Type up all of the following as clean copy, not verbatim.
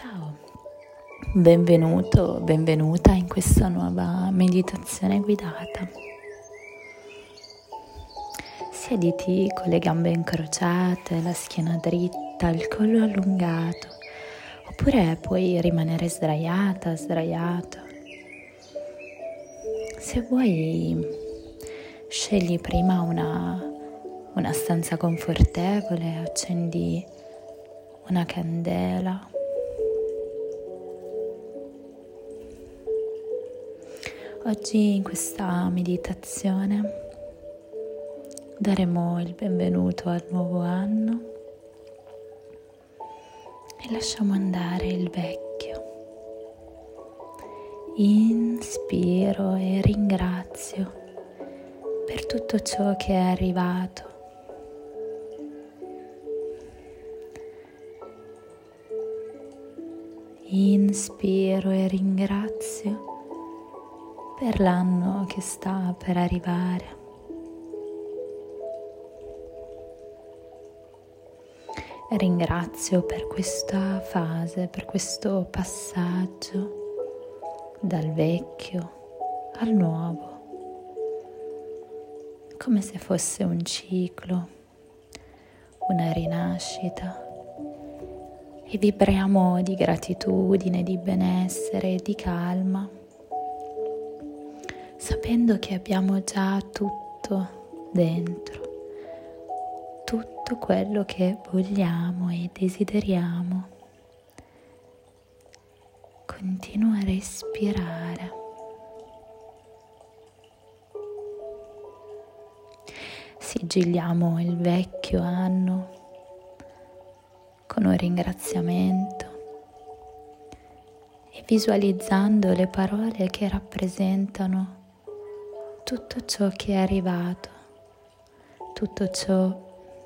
Ciao, benvenuto, benvenuta in questa nuova meditazione guidata. Siediti con le gambe incrociate, la schiena dritta, il collo allungato, oppure puoi rimanere sdraiata, sdraiato. Se vuoi, scegli prima una stanza confortevole, accendi una candela. Oggi in questa meditazione daremo il benvenuto al nuovo anno e lasciamo andare il vecchio. Inspiro e ringrazio per tutto ciò che è arrivato. Inspiro e ringrazio per l'anno che sta per arrivare. Ringrazio per questa fase, per questo passaggio dal vecchio al nuovo, come se fosse un ciclo, una rinascita, e vibriamo di gratitudine, di benessere e di calma, sapendo che abbiamo già tutto dentro, tutto quello che vogliamo e desideriamo. Continua a respirare. Sigilliamo il vecchio anno con un ringraziamento e visualizzando le parole che rappresentano tutto ciò che è arrivato, tutto ciò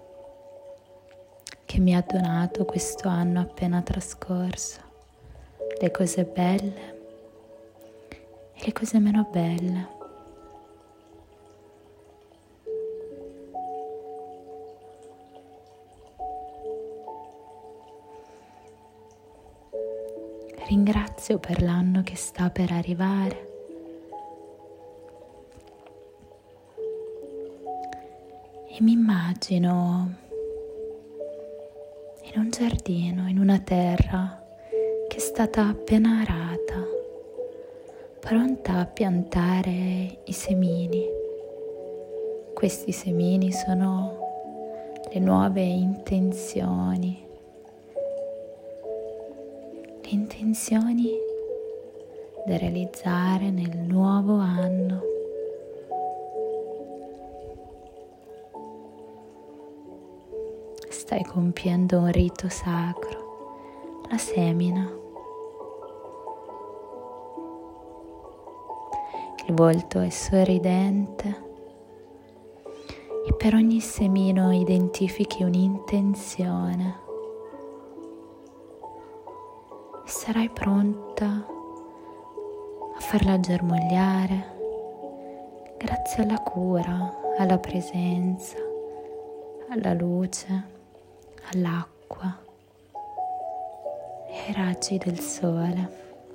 che mi ha donato questo anno appena trascorso, le cose belle e le cose meno belle. Ringrazio per l'anno che sta per arrivare. E mi immagino in un giardino, in una terra che è stata appena arata, pronta a piantare i semini. Questi semini sono le nuove intenzioni, le intenzioni da realizzare nel nuovo anno. Stai compiendo un rito sacro, la semina. Il volto è sorridente e per ogni semino identifichi un'intenzione e sarai pronta a farla germogliare grazie alla cura, alla presenza, alla luce, all'acqua e ai raggi del sole.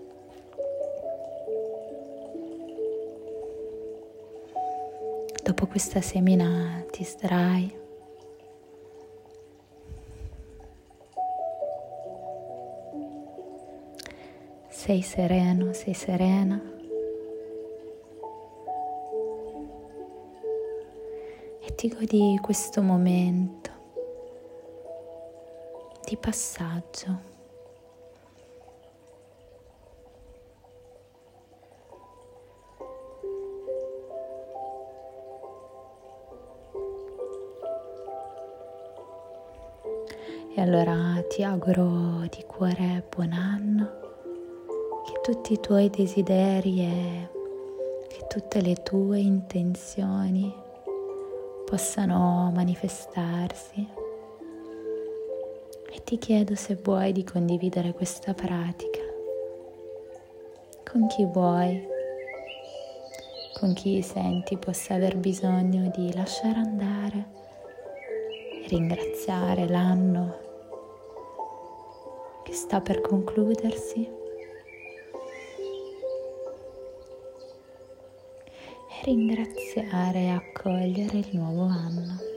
Dopo questa semina ti sdrai, sei sereno, sei serena e ti godi questo momento di passaggio. E allora ti auguro di cuore buon anno, che tutti i tuoi desideri e che tutte le tue intenzioni possano manifestarsi. E ti chiedo se vuoi di condividere questa pratica con chi vuoi, con chi senti possa aver bisogno di lasciare andare e ringraziare l'anno che sta per concludersi e ringraziare e accogliere il nuovo anno.